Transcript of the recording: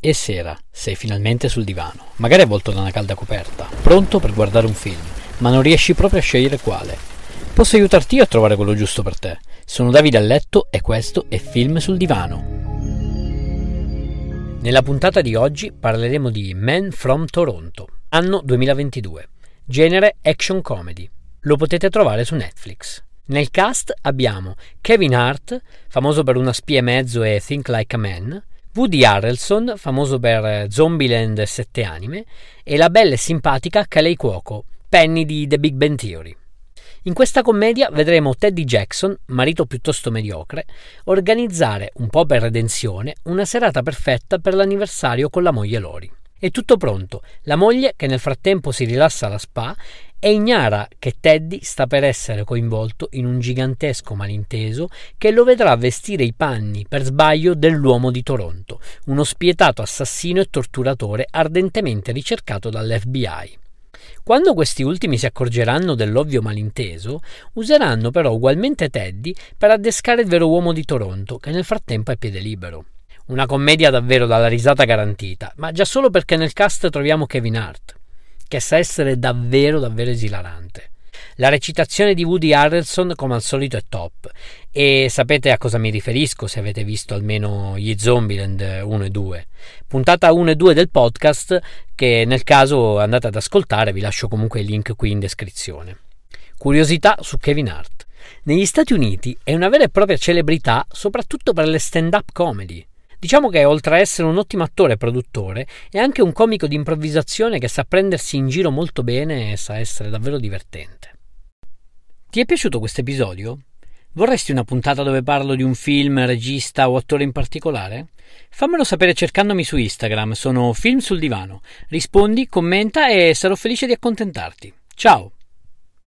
È sera, sei finalmente sul divano, magari avvolto da una calda coperta, pronto per guardare un film, ma non riesci proprio a scegliere quale. Posso aiutarti io a trovare quello giusto per te. Sono Davide a letto e questo è Film sul divano. Nella puntata di oggi parleremo di Man from Toronto, anno 2022, genere action comedy. Lo potete trovare su Netflix. Nel cast abbiamo Kevin Hart, famoso per Una spia e mezzo e Think Like a Man, Woody Harrelson, famoso per Zombieland e 7 anime, e la bella e simpatica Kaley Cuoco, Penny di The Big Bang Theory. In questa commedia vedremo Teddy Jackson, marito piuttosto mediocre, organizzare, un po' per redenzione, una serata perfetta per l'anniversario con la moglie Lori. È tutto pronto, la moglie, che nel frattempo si rilassa alla spa, e ignara che Teddy sta per essere coinvolto in un gigantesco malinteso che lo vedrà vestire i panni per sbaglio dell'uomo di Toronto, uno spietato assassino e torturatore ardentemente ricercato dall'FBI. Quando questi ultimi si accorgeranno dell'ovvio malinteso, useranno però ugualmente Teddy per addescare il vero uomo di Toronto, che nel frattempo è piede libero. Una commedia davvero dalla risata garantita, ma già solo perché nel cast troviamo Kevin Hart, che sa essere davvero esilarante. La recitazione di Woody Harrelson come al solito è top, e sapete a cosa mi riferisco se avete visto almeno gli Zombieland 1 e 2, puntata 1 e 2 del podcast, che nel caso andate ad ascoltare, vi lascio comunque il link qui in descrizione. Curiosità su Kevin Hart: negli Stati Uniti è una vera e propria celebrità soprattutto per le stand-up comedy. Diciamo che oltre a essere un ottimo attore e produttore è anche un comico di improvvisazione che sa prendersi in giro molto bene e sa essere davvero divertente. Ti è piaciuto questo episodio? Vorresti una puntata dove parlo di un film, regista o attore in particolare? Fammelo sapere cercandomi su Instagram, sono Film sul divano. Rispondi, commenta e sarò felice di accontentarti. Ciao!